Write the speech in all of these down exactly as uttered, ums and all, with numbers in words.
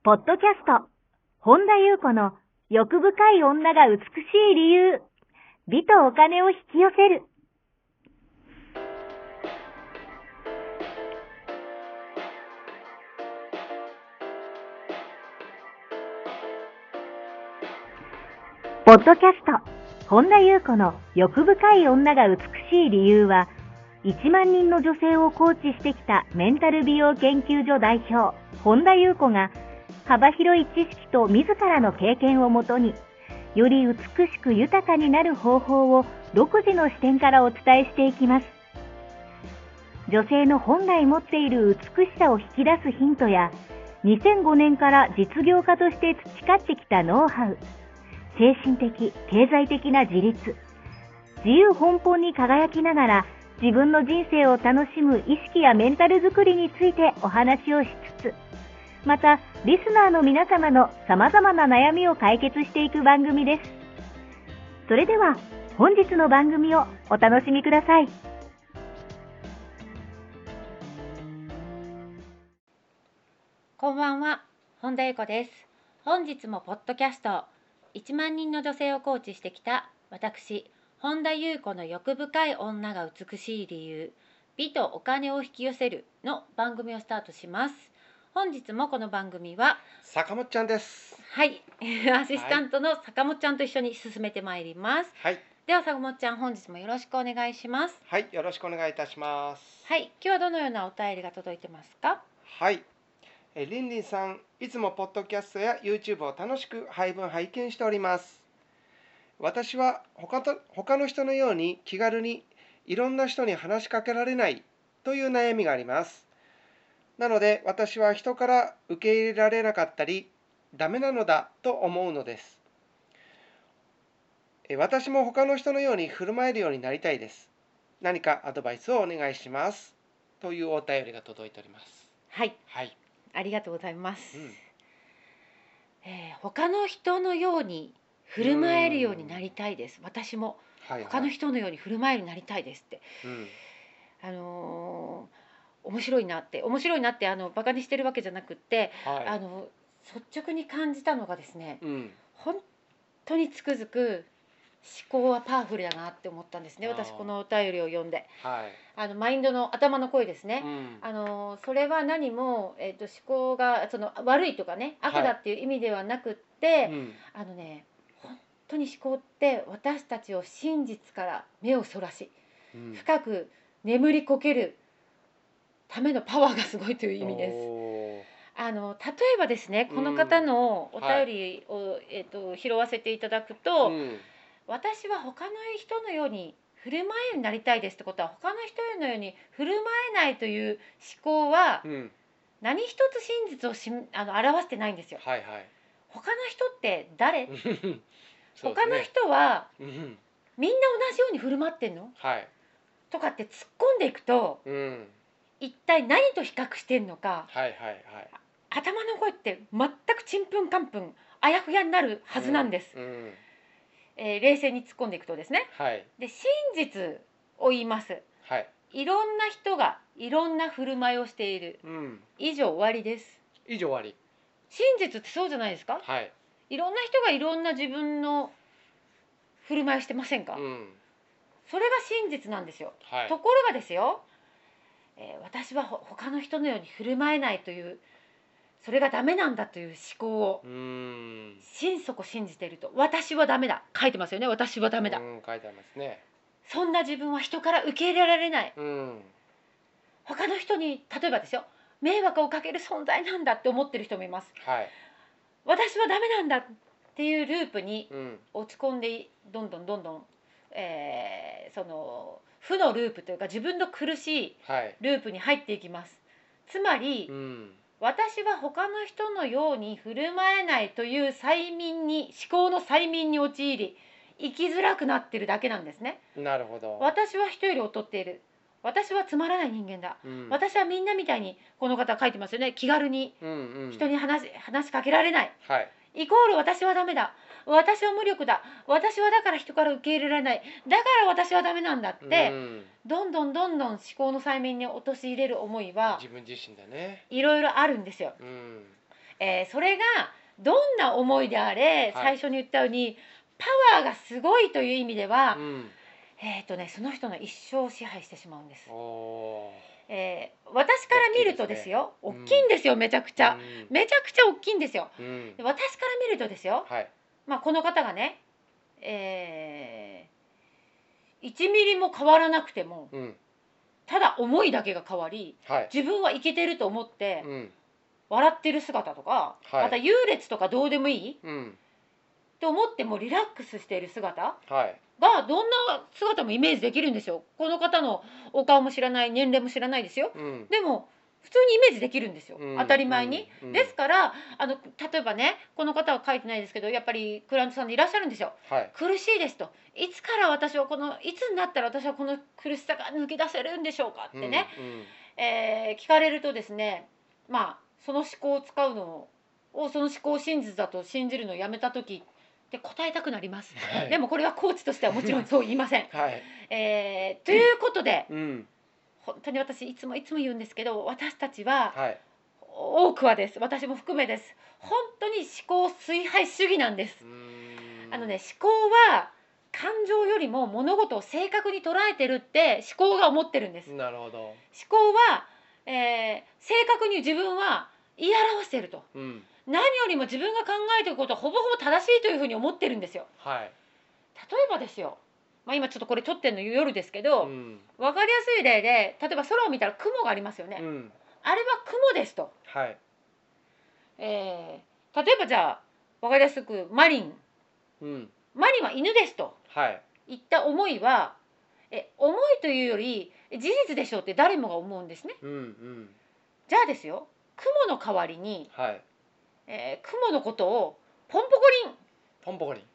ポッドキャスト、本田裕子の欲深い女が美しい理由、美とお金を引き寄せる。ポッドキャスト、本田裕子の欲深い女が美しい理由は、いちまんにんの女性をコーチしてきたメンタル美容研究所代表、本田裕子が、幅広い知識と自らの経験をもとに、より美しく豊かになる方法を独自の視点からお伝えしていきます。女性の本来持っている美しさを引き出すヒントや、にせんごねんから実業家として培ってきたノウハウ、精神的、経済的な自立、自由奔放に輝きながら自分の人生を楽しむ意識やメンタルづくりについてお話をしつつ、またリスナーの皆様の様々な悩みを解決していく番組です。それでは本日の番組をお楽しみください。 こんばんは、本田裕子です。本日もポッドキャストいちまんにんの女性をコーチしてきた私、本田裕子の欲深い女が美しい理由、美とお金を引き寄せるの番組をスタートします。本日もこの番組は坂本ちゃんです。 はい、アシスタントの坂本ちゃんと一緒に進めてまいります。 はい。 では坂本ちゃん、本日もよろしくお願いします。 はい、よろしくお願いいたします。 はい、今日はどのようなお便りが届いてますか？ はい。えりんりんさん、いつもポッドキャストや YouTube を楽しく配分拝見しております。私は他と他の人のように気軽にいろんな人に話しかけられないという悩みがあります。なので私は人から受け入れられなかったり、ダメなのだと思うのです。え私も他の人のように振る舞えるようになりたいです。何かアドバイスをお願いします。というお便りが届いております。 はい、 はい。 ありがとうございます。 うんえー他の人のように振る舞えるようになりたいです。私もはいはい、 他の人のように振る舞えるようになりたいですって、 うん、 あのー面白いなって面白いなってあのバカにしてるわけじゃなくって、 はい、 あの率直に感じたのがですね、 うん、 本当につくづく思考はパワフルだなって思ったんですね。 あー私このお便りを読んで、 はい、 あのマインドの頭の声ですね、 うん、 あのそれは何も、えー、と思考がその悪いとかね悪だっていう意味ではなくって、 うん、 あのね本当に思考って私たちを真実から目をそらし、 うん、 深く眠りこけるためのパワーがすごいという意味です。 おあの例えばですね、この方のお便りを、えー、と拾わせていただくと、 うん、 私は他の人のように振る舞えるようになりたいですってことは、他の人のように振る舞えないという思考はうん、 何一つ真実をしあの表してないんですよ。 はいはい他の人って誰？ そうですね、 他の人はうん、 みんな同じように振る舞ってんの？ はい、 とかって突っ込んでいくと、 うん、 一体何と比較してんのか、 はいはいはい、 頭の声って全くちんぷんかんぷんあやふやになるはずなんです、 うん、うん、 えー冷静に突っ込んでいくとですね。 はい、 で、真実を言います。 はい、 いろんな人がいろんな振る舞いをしている。 うん、 以上終わりです。 以上終わり。 真実ってそうじゃないですか？ はい、 いろんな人がいろんな自分の振る舞いをしてませんか？ うん、 それが真実なんですよ。 はい、 ところがですよ、えー私はほ他の人のように振る舞えないという、それがダメなんだという思考をうーん、 心底信じていると、私はダメだ、書いてますよね。私はダメだ、 うん、書いてありますね。 そんな自分は人から受け入れられない、 うん、 他の人に例えばですよ、迷惑をかける存在なんだって思ってる人もいます。 はい、 私はダメなんだっていうループにうん、 落ち込んでどんどんどんどん、えーその負のループというか自分の苦しいはい、 ループに入っていきます。つまり、 うん、 私は他の人のように振る舞えないという催眠に思考の催眠に陥り、生きづらくなってるだけなんですね。 なるほど。 私は人より劣っている、私はつまらない人間だ、 うん、 私はみんなみたいに、この方書いてますよね、気軽にうん、うん、 人に話し、話しかけられない、 はい、 イコール私はダメだ、私は無力だ、私はだから人から受け入れられない、だから私はダメなんだって、 うん、 どんどんどんどん思考の催眠に陥れる思いは自分自身だね。 いろいろあるんですよ。 うん、 えーそれがどんな思いであれ、 はい最初に言ったようにパワーがすごいという意味では、 うんえーとね、その人の一生を支配してしまうんです。 おえー私から見るとですよ、大大きいですねきいんですよ、めちゃくちゃ、 うんめちゃくちゃ大きいんですよ。 うんで私から見るとですよ、 はいまあ、この方がね、えーいちミリも変わらなくても、 うんただ思いだけが変わり、 はい自分はイケてると思ってうん笑ってる姿とか、 はいまた優劣とかどうでもいいうんと思ってもリラックスしている姿はいがどんな姿もイメージできるんですよ。この方のお顔も知らない、年齢も知らないですよ。 うんでも普通にイメージできるんですよ、 うん当たり前に、 うんうんですからあの例えばね、この方は書いてないですけど、やっぱりクライアントさんでいらっしゃるんですよ。 はい苦しいですと、いつから私はこのいつになったら私はこの苦しさが抜け出せるんでしょうかってね、 うんえー聞かれるとですね、まあその思考を使うのをその思考を真実だと信じるのをやめた時って答えたくなります、 はいでもこれはコーチとしてはもちろんそう言いません、 はいえーということで、 うん本当に私いつもいつも言うんですけど、私たちははい多くはです、私も含めです、本当に思考崇拝主義なんです。 うーんあのね、思考は感情よりも物事を正確に捉えてるって思考が思ってるんです。思なるほど考は、えー正確に自分は言い表していると、 うん何よりも自分が考えていることはほぼほぼ正しいというふうに思ってるんですよ。 はい例えばですよ、まあ、今ちょっとこれ撮ってるの夜ですけど、 うん分かりやすい例で、例えば空を見たら雲がありますよね、 うんあれは雲ですと、 はいえー例えばじゃあ分かりやすくマリンうんマリンは犬ですとはいいった思いは、え思いというより事実でしょうって誰もが思うんですね。 うんうんじゃあですよ、雲の代わりに、 はいえー雲のことをポンポコリン、 ポンポコリン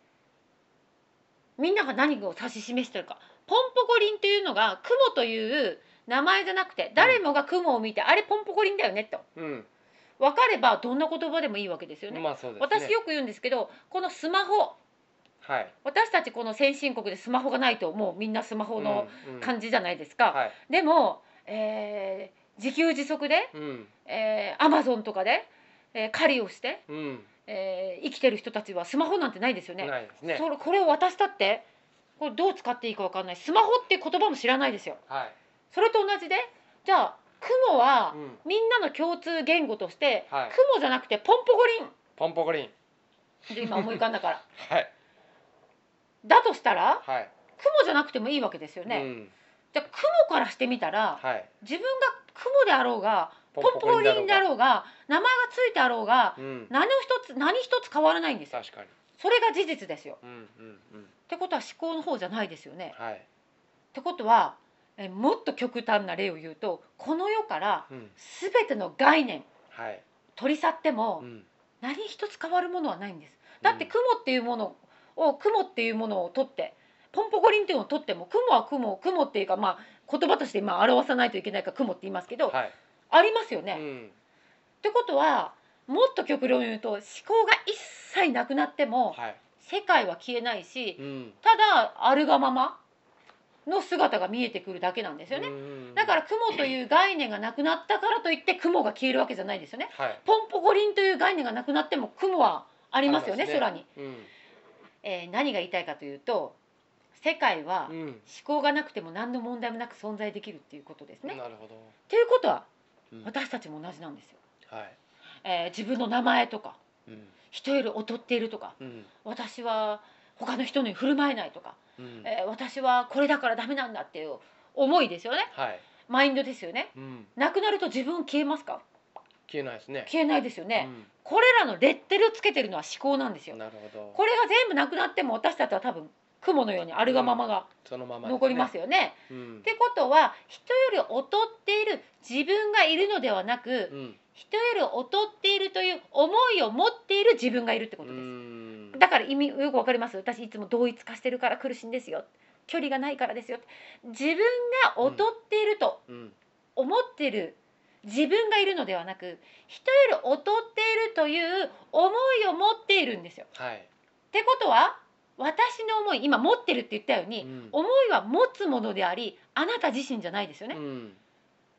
みんなが何を指し示してるか、ポンポコリンというのが雲という名前じゃなくて、誰もが雲を見て、あれポンポコリンだよねとうん分かればどんな言葉でもいいわけですよね。 まあそうですね私よく言うんですけど、このスマホ、 はい私たちこの先進国でスマホがないともうみんなスマホのうんうん感じじゃないですか、 はいでも、えー自給自足で、 うんえー、アマゾンとかで、えー狩りをして、 うんえー生きてる人たちはスマホなんてないですよね。 ないですねそれこれを渡したってこれどう使っていいか分かんない、スマホっていう言葉も知らないですよ。 はいそれと同じで、じゃあ雲はうんみんなの共通言語として、 はい雲じゃなくてポンポコリンポンポコリンで今思い浮かんだからはいだとしたらはい雲じゃなくてもいいわけですよね、 うんじゃあ雲からしてみたら、 はい自分が雲であろうがポンポコリンであろうが名前がついてあろうがうん何一つ何一つ変わらないんですよ。 確かにそれが事実ですよ。 うんうんうんってことは思考の方じゃないですよね。 はいってことはえもっと極端な例を言うと、この世からうん全ての概念はい取り去ってもうん何一つ変わるものはないんです。だって雲っていうものを雲っていうものを取ってポンポコリンっていうのを取っても、雲は雲雲っていうか、まあ言葉として今表さないといけないから雲って言いますけど、 はいありますよね。 うんってことはもっと極論言うと、思考が一切なくなってもはい世界は消えないし、 うんただあるがままの姿が見えてくるだけなんですよね。 うんだから雲という概念がなくなったからといって雲が消えるわけじゃないですよね。 はいポンポコリンという概念がなくなっても雲はありますよね、 ありますね空に、 うんえー何が言いたいかというと、世界はうん思考がなくても何の問題もなく存在できるっていうことですね。 なるほどということはうん私たちも同じなんですよ、 はいえー自分の名前とかうん人より劣っているとか、 うん私は他の人のように振る舞えないとか、 うんえー私はこれだからダメなんだっていう思いですよね。 はいマインドですよね。 うんなくなると自分消えますか？ 消えないですね消えないですよね、 うんこれらのレッテルをつけてるのは思考なんですよ。 なるほどこれが全部なくなっても私たちは多分雲のようにあるがままがそのまま残りますよね。 うんってことは人より劣っている自分がいるのではなく、 うん人より劣っているという思いを持っている自分がいるってことうです。 んだから意味よくわかります。私いつも同一化してるから苦しいんですよ、距離がないからですよ。自分が劣っているとうん思っている自分がいるのではなく、人より劣っているという思いを持っているんですよ。 はいってことは私の思い、今持ってるって言ったように、 うん思いは持つものでありあなた自身じゃないですよね、 うん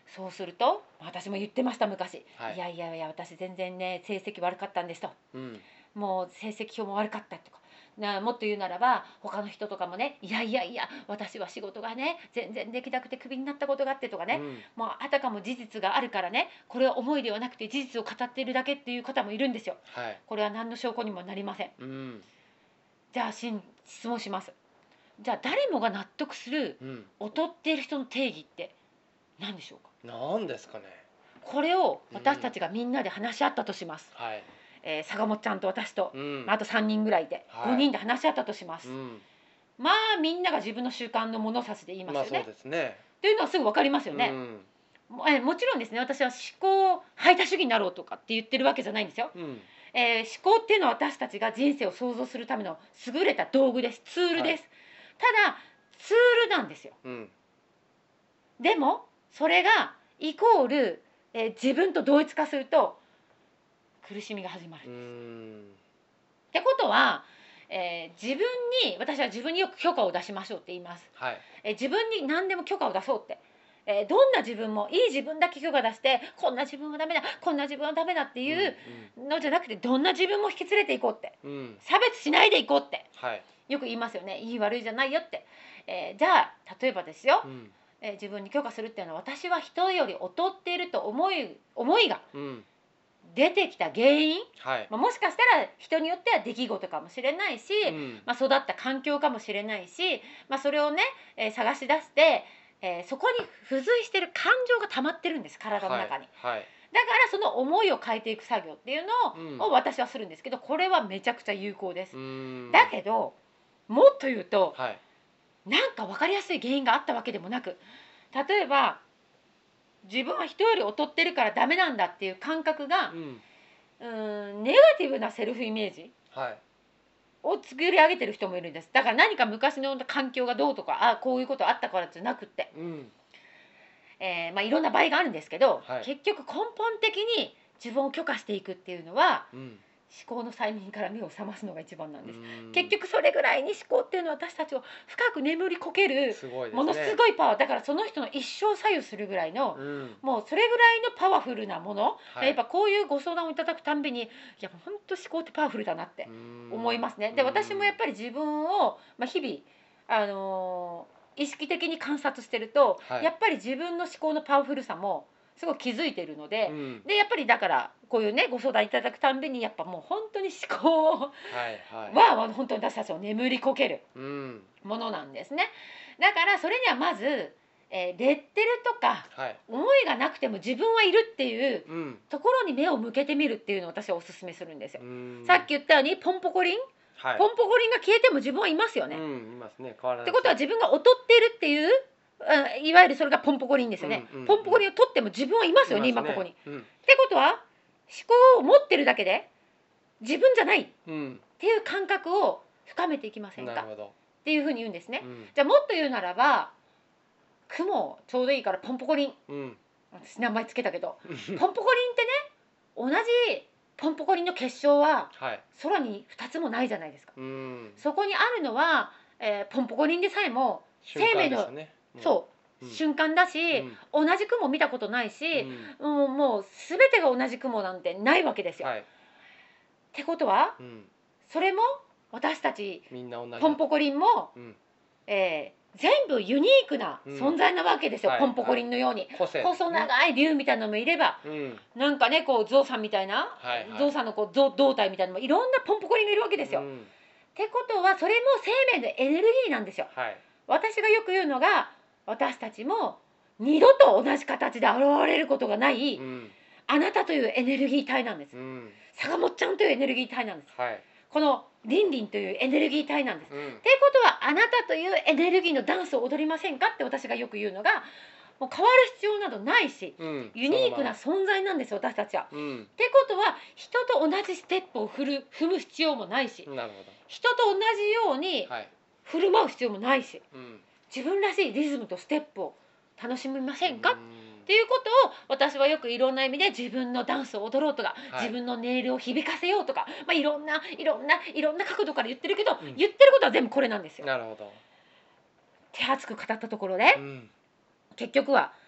そうすると私も言ってました昔、 はいいやいやいや私全然ね成績悪かったんですと、 うんもう成績表も悪かったとかな、もっと言うならば他の人とかもね、いやいやいや私は仕事がね全然できなくてクビになったことがあってとかね、 うんもうあたかも事実があるからね、これは思いではなくて事実を語っているだけっていう方もいるんですよ。 はいこれは何の証拠にもなりません。 うんじゃあしん質問します。じゃあ誰もが納得するうん劣っている人の定義って何でしょうか。 なんですかね。 これを私たちがみんなで話し合ったとします。 はいえー、坂本ちゃんと私と、 うんまあ、あとさんにんぐらいで、 はいごにんで話し合ったとします。 うんまあみんなが自分の習慣の物差しで言いますまあそうよね。 ですね。 というのはすぐ分かりますよね。もえーもちろんですね、私は思考排他主義になろうとかって言ってるわけじゃないんですよ。 うんうんえー思考っていうのは私たちが人生を創造するための優れた道具です。ツールです。ただツールなんですよ。 うんでもそれがイコール、えー自分と同一化すると苦しみが始まる。 うーんってことは、えー自分に私は自分によく許可を出しましょうって言います。 はいえー自分に何でも許可を出そうって、えーどんな自分もいい自分だけ許可出して、こんな自分はダメだこんな自分はダメだっていうのじゃなくて、どんな自分も引き連れていこうって、 うんうん差別しないでいこうってはいよく言いますよね。いい悪いじゃないよって、えーじゃあ例えばですよ、 うんえー自分に許可するっていうのは、私は人より劣っていると思い思いがうん出てきた原因、 はいまあ、もしかしたら人によっては出来事かもしれないし、 うんまあ、育った環境かもしれないし、まあ、それをね、えー探し出して、えーそこに付随してる感情が溜まってるんです、体の中に。 はいはいだからその思いを変えていく作業っていううんのを私はするんですけど、これはめちゃくちゃ有効です。 うーんだけどもっと言うと、 はいなんか分かりやすい原因があったわけでもなく、例えば自分は人より劣ってるからダメなんだっていう感覚が、 うんうーんネガティブなセルフイメージはいを作り上げてる人もいるんです。だから何か昔の環境がどうとか、あこういうことあったからじゃなくって、 うんえーまあ、いろんな場合があるんですけど、 はい結局根本的に自分を許可していくっていうのは、 うん思考の催眠から目を覚ますのが一番なんです。 うーん結局それぐらいに思考っていうのは私たちを深く眠りこけるすごいですね。 ものすごいパワーだから、その人の一生左右するぐらいの、 うんもうそれぐらいのパワフルなもの、 はいやっぱこういうご相談をいただくたんびに、いや本当思考ってパワフルだなって思いますね。で私もやっぱり自分を、まあ、日々、あのー意識的に観察してると、 はいやっぱり自分の思考のパワフルさもすごい気づいてるので、 うんでやっぱりだからこういうねご相談いただくたんびに、やっぱもう本当に思考はいはいは、まあ本当に私たちを眠りこけるうんものなんですね。だからそれにはまず、えーレッテルとかはい思いがなくても自分はいるっていううんところに目を向けてみるっていうのを私はおすすめするんですよ。 うーんさっき言ったようにポンポコリン、 はいポンポコリンが消えても自分はいますよね。 うんいますね。変わらないってことは自分が劣っているっていう、うんいわゆるそれがポンポコリンですよね。 うんうんうんポンポコリンを取っても自分はいますよね、今ここに。っうんてことは思考を持ってるだけで自分じゃないっうんていう感覚を深めていきませんかっなるほど。 ていうふうに言うんですね。 うんじゃあもっと言うならば、雲ちょうどいいからポンポコリン、 うん私名前つけたけどポンポコリンってね、同じポンポコリンの結晶ははい空にふたつもないじゃないですか。 うんそこにあるのは、えーポンポコリンでさえも瞬間生命のですね。 そう、 うん瞬間だし、 うん同じ雲見たことないし、 うんもうもう全てが同じ雲なんてないわけですよ。 はいってことはうんそれも私たちみんな同じ。 ポンポコリンも、 うんえー全部ユニークな存在なわけですよ、 うんはいポンポコリンのように。 個性。 細長い竜みたいなのもいれば、 うんなんかねこうゾウさんみたいな、 はいはいゾウさんのこうゾ胴体みたいなのもいろんなポンポコリンがいるわけですよ。っうんてことはそれも生命のエネルギーなんですよ。 はい私がよく言うのが、私たちも二度と同じ形で現れることがない、 うんあなたというエネルギー体なんです。 うん坂本ちゃんというエネルギー体なんです。 はいこのリンリンというエネルギー体なんです。 うんっていうことは、あなたというエネルギーのダンスを踊りませんかって私がよく言うのが、もう変わる必要などないし、 うんユニークな存在なんです私たちは。 うんってことは、人と同じステップを振る踏む必要もないし、 なる人と同じようにほど。はい振る舞う必要もないし、 うん自分らしいリズムとステップを楽しみませんか、 うんっていうことを私はよくいろんな意味で自分のダンスを踊ろうとか、 はい自分のネイルを響かせようとか、まあ、いろんないろんないろんな角度から言ってるけど、 うん言ってることは全部これなんですよ。 なるほど。 手厚く語ったところで、 うん結局は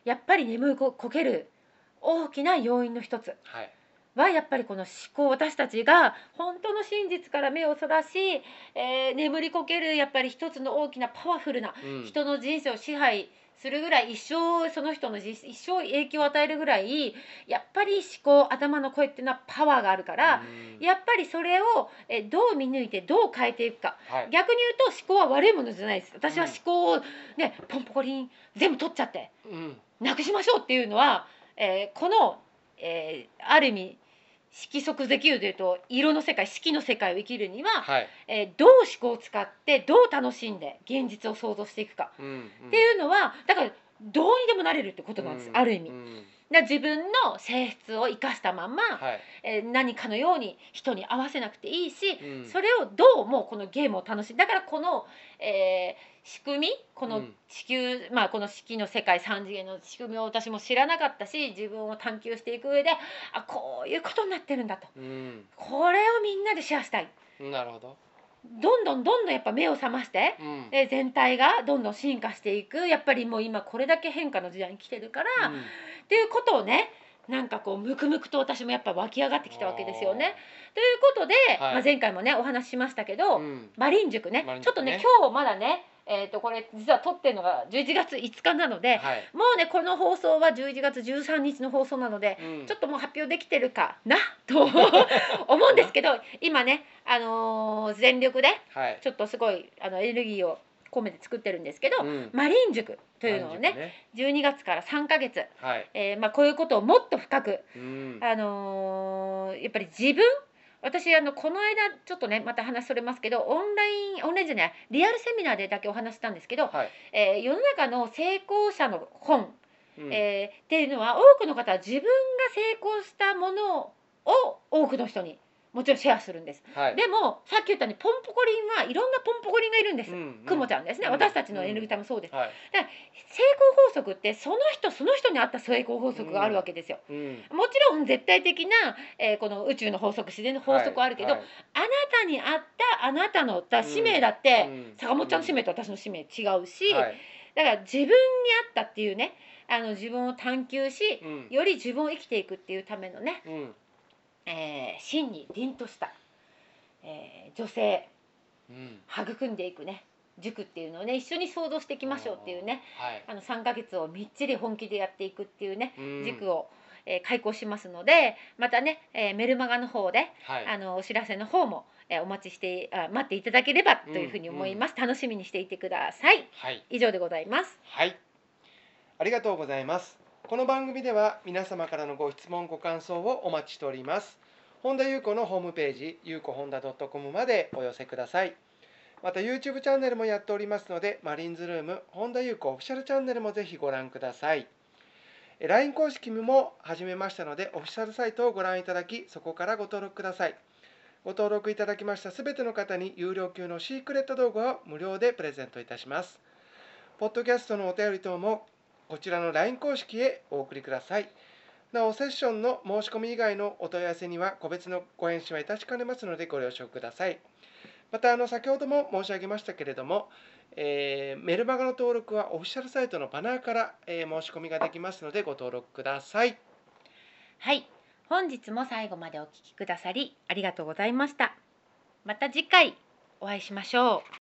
やっぱり眠りこける大きな要因の一つはいはやっぱりこの思考、私たちが本当の真実から目をそらし、えー眠りこけるやっぱり一つの大きなパワフルなうん人の人生を支配するぐらい、一生その人の人一生影響を与えるぐらいやっぱり思考、頭の声っていうのはパワーがあるから、 うんやっぱりそれをえどう見抜いてどう変えていくか。 はい逆に言うと思考は悪いものじゃないです。私はうん思考をねポンポコリン全部取っちゃってうんなくしましょうっていうのは、えーこの、えーある意味色即是空というと色の世界、色の世界を生きるには、 はいえーどう思考を使ってどう楽しんで現実を想像していくかうんっていうのは、だからどうにでもなれるってことなんです、ある意味。 うんだから自分の性質を生かしたまま、 はいえー何かのように人に合わせなくていいし、 うんそれをどうもうこのゲームを楽しんだからこの、えー仕組み、このうん地球、まあこの式の世界さん次元の仕組みを私も知らなかったし、自分を探求していく上で、あこういうことになってるんだと、 うんこれをみんなでシェアしたい。 なるほどどんどんどんどんやっぱ目を覚まして、 うんえー全体がどんどん進化していく。やっぱりもう今これだけ変化の時代に来てるから、 うんっていうことをね、なんかこうムクムクと私もやっぱ湧き上がってきたわけですよね。ということで、 はいまあ、前回もねお話ししましたけど、 うんマリン塾ね、 マリン塾ねちょっとね今日まだね、えー、とこれ実は撮ってるのがじゅういちがついつかなので、 はいもうねこの放送はじゅういちがつじゅうさんにちの放送なので、 うんちょっともう発表できてるかなと思うんですけど、今ね、あのー全力ではいちょっとすごいあのエネルギーを込めて作ってるんですけど、 うんマリン塾というのをねマリン塾じゅうにがつからさんかげつ、 はいえーまあ、こういうことをもっと深く、 うんあのーやっぱり自分、私あのこの間ちょっとねまた話それますけど、オンラインオンラインじゃないリアルセミナーでだけお話したんですけど、 はいえー世の中の成功者の本、 うんえーっていうのは多くの方は自分が成功したものを多くの人にもちろんシェアするんです。 はいでもさっき言ったようにポンポコリンはいろんなポンポコリンがいるんです。 うんクモちゃんですね、 うん私たちのエネルギー体もそうです。 はい成功法則ってその人その人に合った成功法則があるわけですよ。 うんもちろん絶対的な、えーこの宇宙の法則、自然の法則はあるけど、 はいあなたに合ったあなたのだ使命だって、 うん坂本ちゃんの使命と私の使命違うし、 はいだから自分に合ったっていうね、あの自分を探求し、 うんより自分を生きていくっていうためのね、 うんえー真に凛とした、えー女性うん育んでいくね塾っていうのをね一緒に想像していきましょうっていうね、 はいあのさんかげつをみっちり本気でやっていくっていうね、 うん塾を、えー開講しますので、またね、えーメルマガの方で、 はいあのお知らせの方も、えーお待ちしてあ待っていただければというふうに思います、楽しみにしていてください。 はい以上でございます。 はいありがとうございます。この番組では皆様からのご質問ご感想をお待ちしております。本田裕子のホームページゆうこ本田 .com までお寄せください。また YouTube チャンネルもやっておりますので、マリンズルーム本田裕子オフィシャルチャンネルもぜひご覧ください。ライン 公式も始めましたので、オフィシャルサイトをご覧いただき、そこからご登録ください。ご登録いただきましたすべての方に有料級のシークレット動画を無料でプレゼントいたします。ポッドキャストのお便り等もこちらの ライン 公式へお送りください。なお、セッションの申し込み以外のお問い合わせには個別のご返信はいたしかねますのでご了承ください。また、あの先ほども申し上げましたけれども、えーメルマガの登録はオフィシャルサイトのバナーから、えー申し込みができますのでご登録ください。 はい、本日も最後までお聞きくださりありがとうございました。また次回お会いしましょう。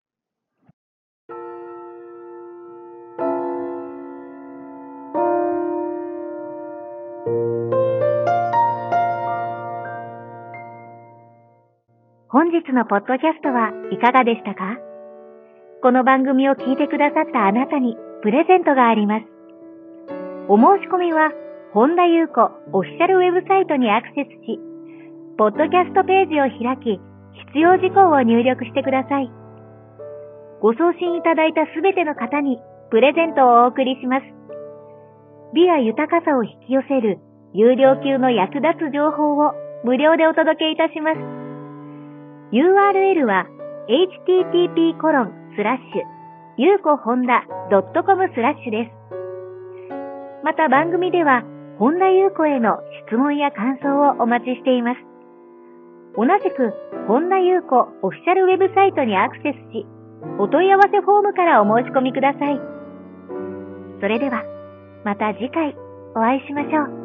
本日のポッドキャストはいかがでしたか？この番組を聞いてくださったあなたにプレゼントがあります。お申し込みは本田裕子オフィシャルウェブサイトにアクセスし、ポッドキャストページを開き、必要事項を入力してください。ご送信いただいたすべての方にプレゼントをお送りします。美や豊かさを引き寄せる有料級の役立つ情報を無料でお届けいたします。ユーアールエル は エイチティーティーピーコロンスラッシュゆうこほんだドットコムスラッシュです。また番組では本田裕子への質問や感想をお待ちしています。同じく本田裕子オフィシャルウェブサイトにアクセスし、お問い合わせフォームからお申し込みください。それではまた次回お会いしましょう。